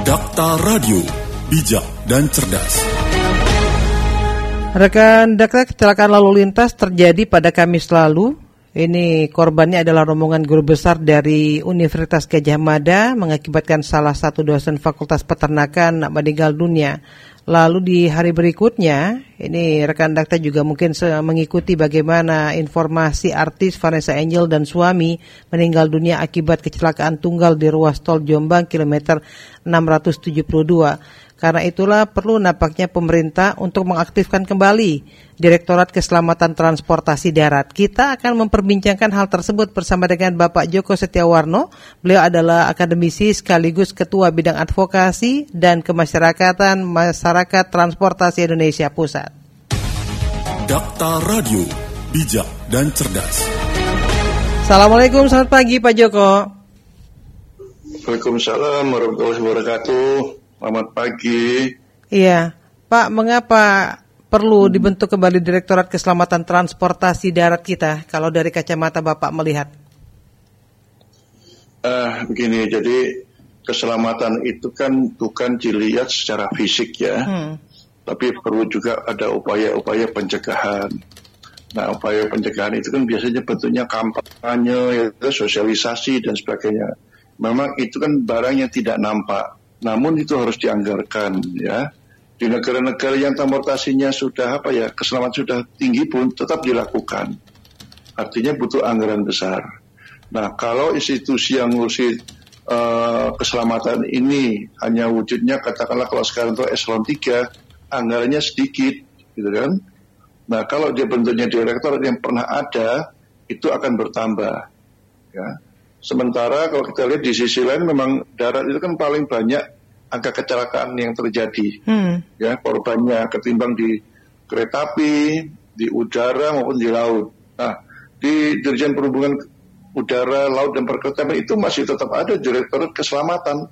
Dakta Radio, bijak dan cerdas. Rekan Dakta, kecelakaan lalu lintas terjadi pada Kamis lalu. Ini korbannya adalah rombongan guru besar dari Universitas Gadjah Mada mengakibatkan salah satu dosen Fakultas Peternakan meninggal dunia. Lalu di hari berikutnya, ini rekan Dakta juga mungkin mengikuti bagaimana informasi artis Vanessa Angel dan suami meninggal dunia akibat kecelakaan tunggal di ruas tol Jombang kilometer 672. Karena itulah perlu nampaknya pemerintah untuk mengaktifkan kembali Direktorat Keselamatan Transportasi Darat. Kita akan memperbincangkan hal tersebut bersama dengan Bapak Joko Setiawarno. Beliau adalah akademisi sekaligus Ketua Bidang Advokasi dan Kemasyarakatan Masyarakat Transportasi Indonesia Pusat. Dakta Radio, bijak dan cerdas. Assalamualaikum, selamat pagi Pak Joko. Waalaikumsalam warahmatullahi wabarakatuh. Selamat pagi. Iya, Pak, mengapa perlu dibentuk kembali Direktorat Keselamatan Transportasi Darat kita kalau dari kacamata Bapak melihat? Begini, jadi keselamatan itu kan bukan dilihat secara fisik ya, tapi perlu juga ada upaya-upaya pencegahan. Nah, upaya pencegahan itu kan biasanya bentuknya kampanye, sosialisasi dan sebagainya. Memang itu kan barang yang tidak nampak. Namun itu harus dianggarkan ya. Di negara-negara yang transportasinya sudah keselamatan sudah tinggi pun tetap dilakukan. Artinya butuh anggaran besar. Nah, kalau institusi yang ngurusi keselamatan ini hanya wujudnya katakanlah kalau sekarang itu eselon 3, anggarannya sedikit gitu kan. Nah, kalau dia bentuknya direktorat yang pernah ada, itu akan bertambah ya. Sementara kalau kita lihat di sisi lain memang darat itu kan paling banyak angka kecelakaan yang terjadi, ya korbannya ketimbang di kereta api, di udara maupun di laut. Nah, di Dirjen Perhubungan Udara, Laut dan Perkeretaapian itu masih tetap ada Direktorat Keselamatan.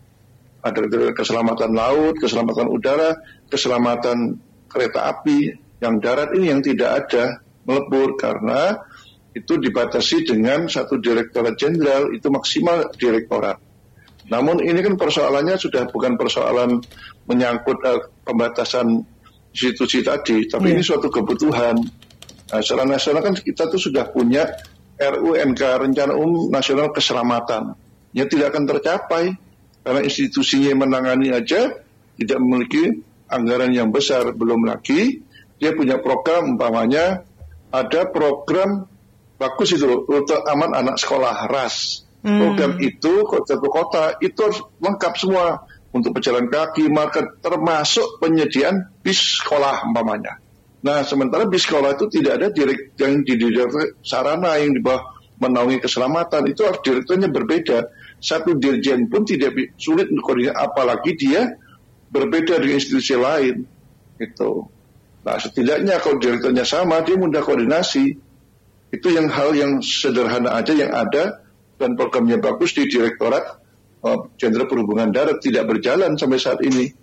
Ada Direktorat Keselamatan Laut, Keselamatan Udara, Keselamatan Kereta Api. Yang darat ini yang tidak ada, melebur karena itu dibatasi dengan satu direktorat jenderal, itu maksimal direktorat. Namun ini kan persoalannya sudah bukan persoalan menyangkut pembatasan institusi tadi, tapi ini suatu kebutuhan. Nah, secara nasional kan kita tuh sudah punya RUNK, Rencana Umum Nasional Keselamatan. Ya tidak akan tercapai karena institusinya yang menangani aja tidak memiliki anggaran yang besar. Belum lagi dia punya program, umpamanya ada program bagus itu loh, rute aman anak sekolah RAS. Program itu satu kota itu harus lengkap semua untuk pejalan kaki, market, termasuk penyediaan bis sekolah umpamanya. Nah, sementara bis sekolah itu tidak ada yang di direktur sarana yang di bawah menaungi keselamatan, itu harus direkturnya berbeda. Satu dirjen pun tidak sulit untuk koordinasi, apalagi dia berbeda dengan institusi lain. Gitu. Nah, setidaknya kalau direkturnya sama, dia mudah koordinasi. Itu yang hal yang sederhana aja yang ada dan programnya bagus di Direktorat Jenderal Perhubungan Darat tidak berjalan sampai saat ini.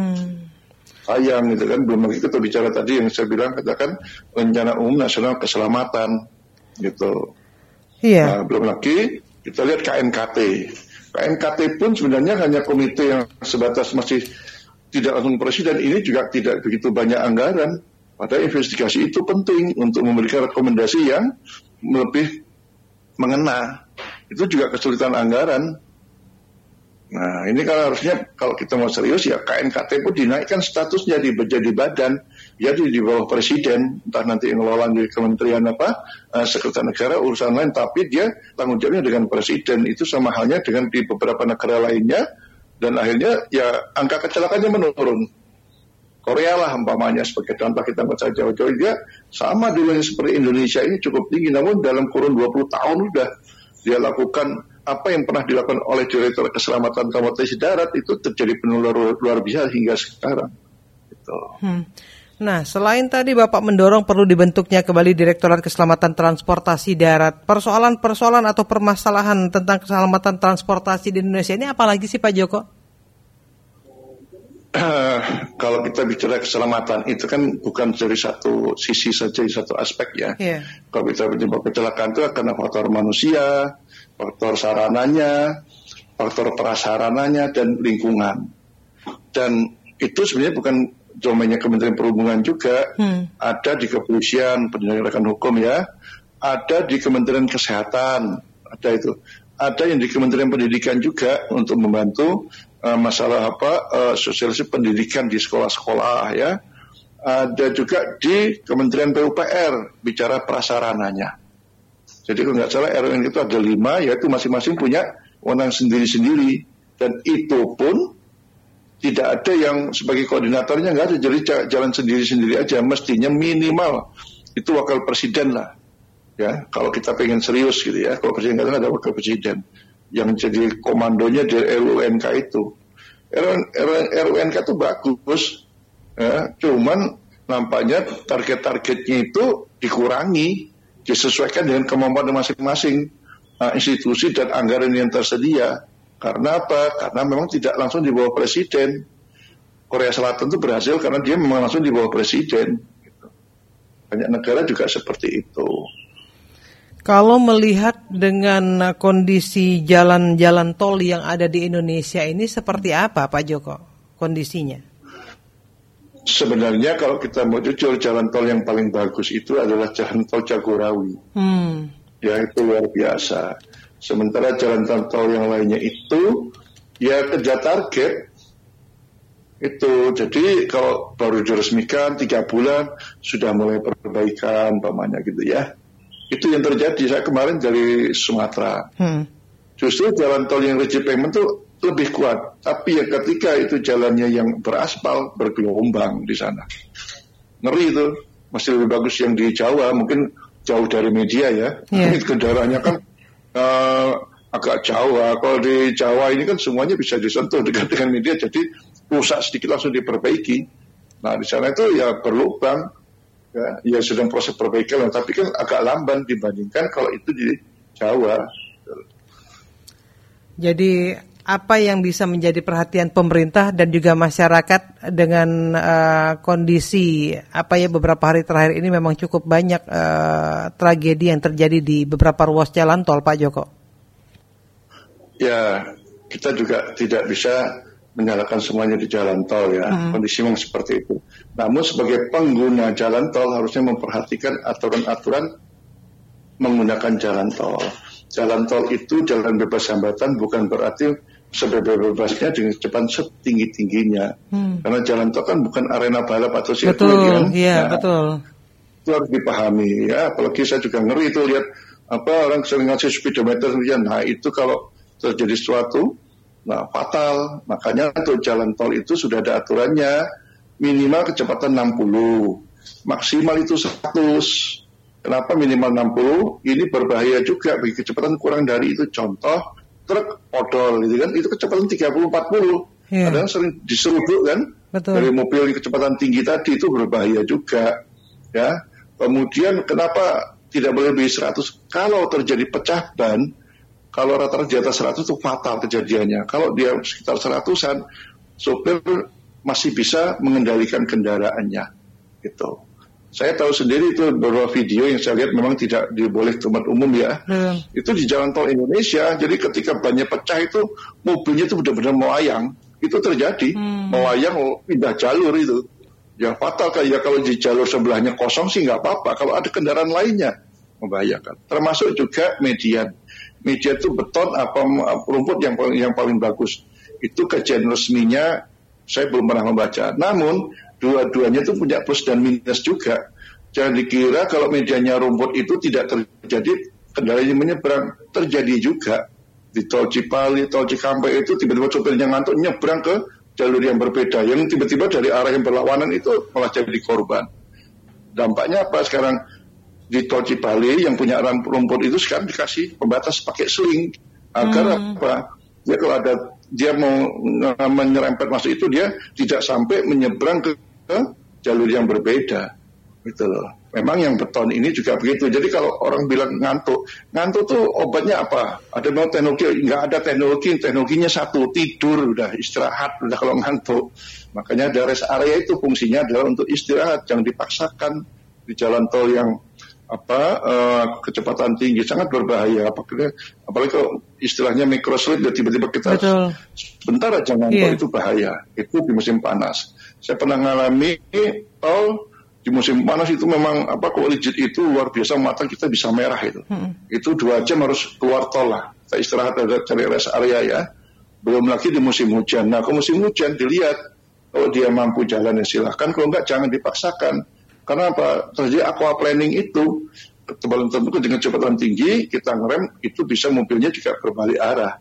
Sayang gitu kan, belum lagi kita bicara tadi yang saya bilang katakan Rencana Umum Nasional Keselamatan gitu. Nah, belum lagi kita lihat KNKT. KNKT pun sebenarnya hanya komite yang sebatas masih tidak langsung presiden, ini juga tidak begitu banyak anggaran. Padahal investigasi itu penting untuk memberikan rekomendasi yang lebih mengena. Itu juga kesulitan anggaran. Nah, ini kan harusnya kalau kita mau serius ya KNKT pun dinaikkan statusnya jadi badan, jadi di bawah presiden, entah nanti ngelola di kementerian sekretariat negara urusan lain, tapi dia tanggung jawabnya dengan presiden. Itu sama halnya dengan di beberapa negara lainnya, dan akhirnya ya angka kecelakaannya menurun. Korea lah umpamanya sebagai contoh, kita baca jauh-jauh dia sama dulunya seperti Indonesia ini cukup tinggi, namun dalam kurun 20 tahun udah dia lakukan apa yang pernah dilakukan oleh Direktur Keselamatan Transportasi Darat itu terjadi penurunan luar biasa hingga sekarang. Gitu. Nah, selain tadi Bapak mendorong perlu dibentuknya kembali Direktorat Keselamatan Transportasi Darat, persoalan-persoalan atau permasalahan tentang keselamatan transportasi di Indonesia ini apalagi sih Pak Joko? Kalau kita bicara keselamatan itu kan bukan dari satu sisi saja, satu aspek ya. Kalau kita bicara kecelakaan itu karena faktor manusia, faktor sarananya, faktor prasarananya, dan lingkungan. Dan itu sebenarnya bukan domainnya Kementerian Perhubungan juga, ada di Kepolisian, penegakan hukum ya, ada di Kementerian Kesehatan, ada itu. Ada yang di Kementerian Pendidikan juga untuk membantu masalah sosialisasi pendidikan di sekolah-sekolah ya. Ada juga di Kementerian PUPR bicara prasarananya. Jadi kalau nggak salah RUN itu ada 5, yaitu masing-masing punya wewenang sendiri-sendiri, dan itu pun tidak ada yang sebagai koordinatornya, nggak ada, jadi jalan sendiri-sendiri aja. Mestinya minimal itu wakil presiden lah. Ya, kalau kita pengen serius gitu ya, kalau presiden nggak ada wakil presiden yang jadi komandonya dari RUNK itu. RUNK itu bagus, ya, cuman nampaknya target-targetnya itu dikurangi, disesuaikan dengan kemampuan masing-masing institusi dan anggaran yang tersedia. Karena apa? Karena memang tidak langsung di bawah presiden. Korea Selatan itu berhasil karena dia memang langsung di bawah presiden. Banyak negara juga seperti itu. Kalau melihat dengan kondisi jalan-jalan tol yang ada di Indonesia ini seperti apa Pak Joko kondisinya? Sebenarnya kalau kita mau jujur, jalan tol yang paling bagus itu adalah jalan tol Jagorawi. Ya, itu luar biasa. Sementara jalan tol yang lainnya itu ya kerja target. Itu jadi kalau baru diresmikan 3 bulan sudah mulai perbaikan umpamanya gitu ya. Itu yang terjadi. Saya kemarin dari Sumatera. Justru jalan tol yang rigid pavement itu lebih kuat. Tapi ya ketika itu jalannya yang beraspal, bergelombang di sana. Ngeri itu. Masih lebih bagus yang di Jawa. Mungkin jauh dari media ya. Kendaraannya kan agak jauh. Kalau di Jawa ini kan semuanya bisa disentuh dengan media. Jadi rusak sedikit langsung diperbaiki. Nah di sana itu ya berlubang. Ya sedang proses perbaikan, tapi kan agak lamban dibandingkan kalau itu di Jawa. Jadi apa yang bisa menjadi perhatian pemerintah dan juga masyarakat dengan kondisi beberapa hari terakhir ini memang cukup banyak tragedi yang terjadi di beberapa ruas jalan tol, Pak Joko? Ya, kita juga tidak bisa menyalahkan semuanya di jalan tol ya, kondisi memang seperti itu. Namun sebagai pengguna jalan tol harusnya memperhatikan aturan-aturan menggunakan jalan tol. Jalan tol itu jalan bebas hambatan, bukan berarti sebebas-bebasnya dengan kecepatan setinggi-tingginya. Karena jalan tol kan bukan arena balap atau sirkuit. Betul, iya betul. Itu harus dipahami ya. Apalagi saya juga ngeri itu lihat orang sering ngasih speedometer, nah itu kalau terjadi sesuatu fatal. Makanya untuk jalan tol itu sudah ada aturannya, minimal kecepatan 60, maksimal itu 100. Kenapa minimal 60? Ini berbahaya juga bagi kecepatan kurang dari itu. Contoh truk odol gitu kan, itu kecepatan 30-40. Kadang sering diseruduk kan. Betul. Dari mobil kecepatan tinggi tadi itu berbahaya juga. Ya. Kemudian kenapa tidak boleh lebih 100? Kalau terjadi pecah ban, kalau rata-rata di atas 100 itu fatal kejadiannya. Kalau dia sekitar 100-an, sopir masih bisa mengendalikan kendaraannya. Gitu. Saya tahu sendiri itu beberapa video yang saya lihat memang tidak diboleh tempat umum ya. Itu di jalan tol Indonesia. Jadi ketika bannya pecah itu mobilnya itu benar-benar melayang. Itu terjadi. Melayang pindah jalur itu. Ya fatal kayak kalau di jalur sebelahnya kosong sih nggak apa-apa. Kalau ada kendaraan lainnya membahayakan. Termasuk juga median. Media itu beton rumput yang paling bagus. Itu kajian resminya saya belum pernah membaca. Namun dua-duanya itu punya plus dan minus juga. Jangan dikira kalau medianya rumput itu tidak terjadi kendaraannya menyeberang. Terjadi juga. Di tol Cipali, tol Cikampek itu tiba-tiba sopirnya ngantuk nyebrang ke jalur yang berbeda. Yang tiba-tiba dari arah yang berlawanan itu malah jadi korban. Dampaknya apa sekarang? Di tol Cipali yang punya rumput itu sekarang dikasih pembatas pakai seling agar apa? Dia kalau ada dia mau menyerempet masuk itu dia tidak sampai menyeberang ke jalur yang berbeda. Gitu loh. Memang yang beton ini juga begitu. Jadi kalau orang bilang ngantuk tuh obatnya apa? Ada mau teknologi? Nggak ada teknologinya satu, tidur udah, istirahat udah kalau ngantuk. Makanya ada rest area itu fungsinya adalah untuk istirahat, jangan dipaksakan di jalan tol yang kecepatan tinggi sangat berbahaya. Apalagi kalau istilahnya microslip, tiba-tiba kita sebentar aja ngantuk, itu bahaya. Itu di musim panas. Saya pernah mengalami tol di musim panas itu memang kalau rigid itu luar biasa, mata kita bisa merah itu. Itu 2 jam harus keluar tol lah. Kita istirahat cari rest area ya. Belum lagi di musim hujan. Nah, kalau musim hujan dilihat kalau dia mampu jalan ya silahkan, kalau enggak jangan dipaksakan. Karena terjadi aquaplaning itu tebalan tertentu dengan kecepatan tinggi, kita ngerem itu bisa mobilnya juga berbalik arah.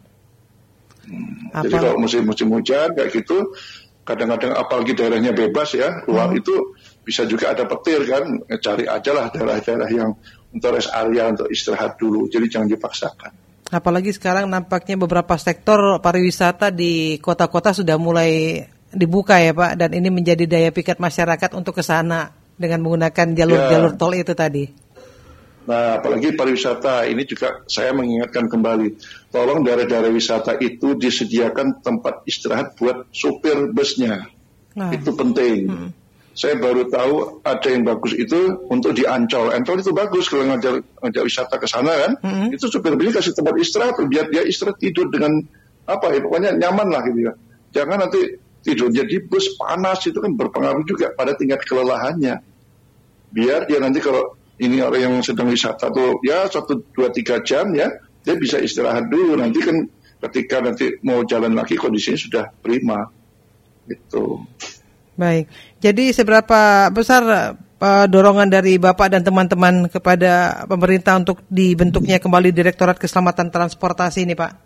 Jadi kalau musim hujan kayak gitu, kadang-kadang apalagi daerahnya bebas ya, luar itu bisa juga ada petir kan, cari aja lah daerah-daerah yang untuk rest area untuk istirahat dulu, jadi jangan dipaksakan. Apalagi sekarang nampaknya beberapa sektor pariwisata di kota-kota sudah mulai dibuka ya Pak, dan ini menjadi daya pikat masyarakat untuk ke sana dengan menggunakan jalur-jalur tol itu tadi. Nah, apalagi pariwisata ini juga saya mengingatkan kembali, tolong daerah-daerah wisata itu disediakan tempat istirahat buat supir busnya. Itu penting. Saya baru tahu ada yang bagus itu untuk di Ancol. Ancol itu bagus kalau ngajak wisata ke sana kan. Itu supir busnya kasih tempat istirahat biar dia istirahat tidur dengan pokoknya nyaman lah gitu ya. Jangan nanti tidurnya di bus panas, itu kan berpengaruh juga pada tingkat kelelahannya. Biar dia nanti kalau ini orang yang sedang wisata tuh ya 1, 2, 3 jam ya, dia bisa istirahat dulu. Nanti kan ketika nanti mau jalan lagi kondisinya sudah prima. Gitu. Baik. Jadi seberapa besar dorongan dari Bapak dan teman-teman kepada pemerintah untuk dibentuknya kembali Direktorat Keselamatan Transportasi ini, Pak?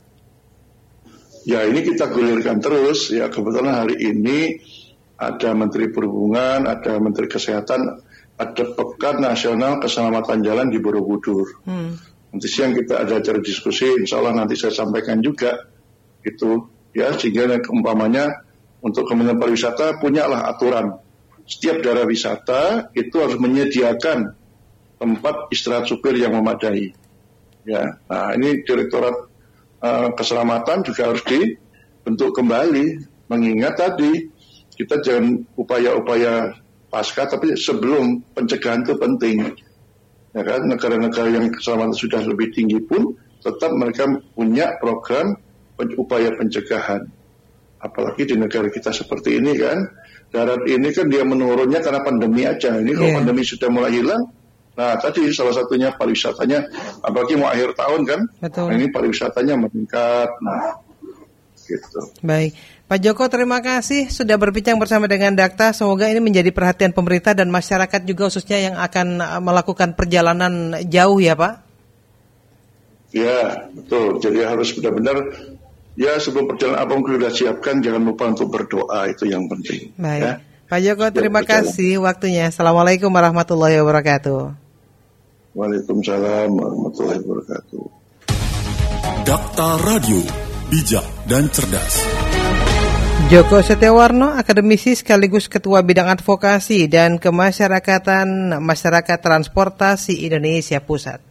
Ya, ini kita gulirkan terus ya. Kebetulan hari ini ada Menteri Perhubungan, ada Menteri Kesehatan, ada Pekan Nasional Keselamatan Jalan di Borobudur. Nanti siang kita ada acara diskusi, insya Allah nanti saya sampaikan juga itu ya, sehingga umpamanya untuk Kementerian Pariwisata punyalah aturan. Setiap daerah wisata itu harus menyediakan tempat istirahat supir yang memadai. Ya, nah ini Direktorat Keselamatan juga harus dibentuk kembali, mengingat tadi kita jangan upaya-upaya pasca, tapi sebelum pencegahan itu penting. Ya kan, negara-negara yang keselamatan sudah lebih tinggi pun tetap mereka punya program upaya pencegahan. Apalagi di negara kita seperti ini kan, darat ini kan dia menurunnya karena pandemi aja. Ini kalau pandemi sudah mulai hilang, nah tadi salah satunya pariwisatanya, apalagi mau akhir tahun kan, nah, ini pariwisatanya meningkat. Nah, gitu. Baik, Pak Joko, terima kasih sudah berbincang bersama dengan Dakta. Semoga ini menjadi perhatian pemerintah dan masyarakat juga khususnya yang akan melakukan perjalanan jauh ya Pak. Ya, betul. Jadi harus benar-benar ya sebelum perjalanan abang sudah siapkan, jangan lupa untuk berdoa, itu yang penting. Baik, ya. Pak Joko, terima kasih waktunya. Assalamualaikum warahmatullahi wabarakatuh. Waalaikumsalam warahmatullahi wabarakatuh. Dakta Radio, bijak dan cerdas. Joko Setiawarno, akademisi sekaligus Ketua Bidang Advokasi dan Kemasyarakatan Masyarakat Transportasi Indonesia Pusat.